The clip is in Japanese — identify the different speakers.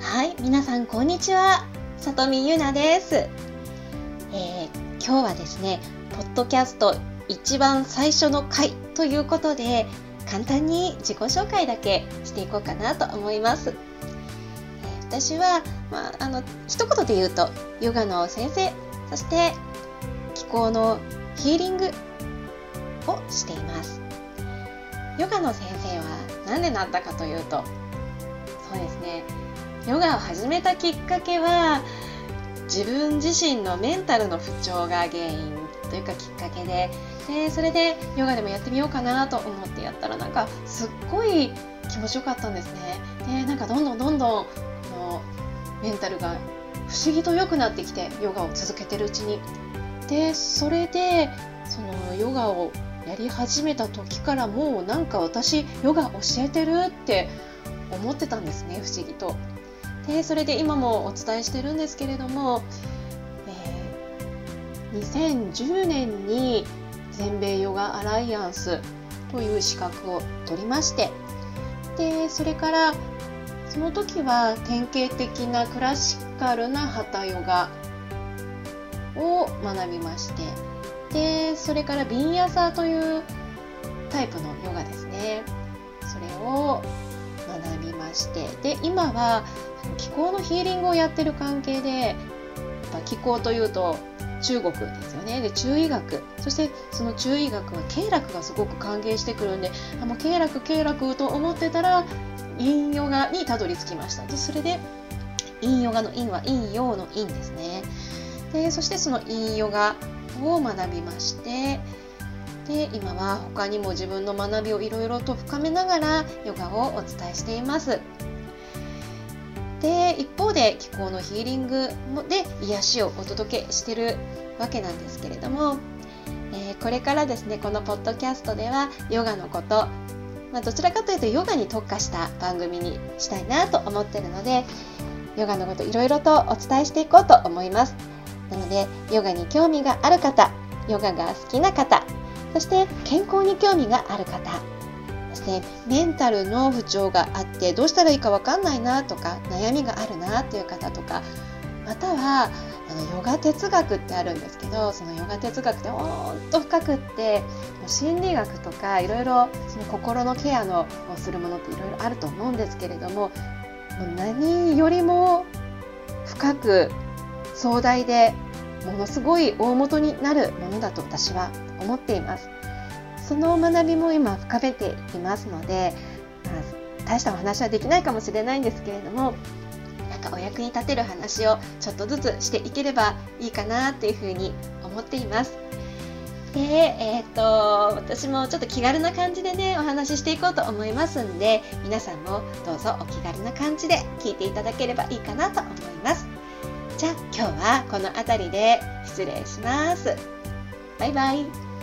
Speaker 1: はい、皆さんこんにちは。里見ゆなです。今日はですね、ポッドキャスト一番最初の回ということで、簡単に自己紹介だけしていこうかなと思います。私は、一言で言うとヨガの先生、そして気候のヒーリングをしています。ヨガの先生は何でなったかというと、そうですね、ヨガを始めたきっかけは自分自身のメンタルの不調が原因というかきっかけで、それでヨガでもやってみようかなと思ってやったら、すっごい気持ちよかったんですね。で、どんどんこのメンタルが不思議と良くなってきて、ヨガを続けてるうちに。で、それでそのヨガをやり始めた時からもう私ヨガ教えてるって思ってたんですね、不思議と。で、それで今もお伝えしてるんですけれども、2010年に全米ヨガアライアンスという資格を取りまして、でそれからその時は典型的なクラシカルなハタヨガを学びまして、でそれからビンヤサというタイプのヨガですね、それを学びまして、で今は気候のヒーリングをやってる関係で、気候というと中国ですよね。で、中医学、そしてその中医学は経絡がすごく関係してくるんで、もう経絡と思ってたら陰ヨガにたどり着きました。で、それで陰ヨガの陰は陰陽の陰ですね。で、そしてその陰ヨガを学びまして、で今は他にも自分の学びをいろいろと深めながらヨガをお伝えしています。で、一方で気候のヒーリングで癒しをお届けしているわけなんですけれども、これからですね、このポッドキャストではヨガのこと、どちらかというとヨガに特化した番組にしたいなと思っているので、ヨガのこといろいろとお伝えしていこうと思います。なので、ヨガに興味がある方、ヨガが好きな方、そして健康に興味がある方、そしてメンタルの不調があってどうしたらいいか分かんないなとか、悩みがあるなという方とか、またはヨガ哲学ってあるんですけど、そのヨガ哲学ってほんと深くって、心理学とかいろいろその心のケアをするものっていろいろあると思うんですけれども、何よりも深く壮大でものすごい大元になるものだと私は思っています。その学びも今深めていますので、大したお話はできないかもしれないんですけれども、お役に立てる話をちょっとずつしていければいいかなというふうに思っています。で、私もちょっと気軽な感じでね、お話ししていこうと思いますんで、皆さんもどうぞお気軽な感じで聞いていただければいいかなと思います。じゃあ今日はこの辺りで失礼します。バイバイ。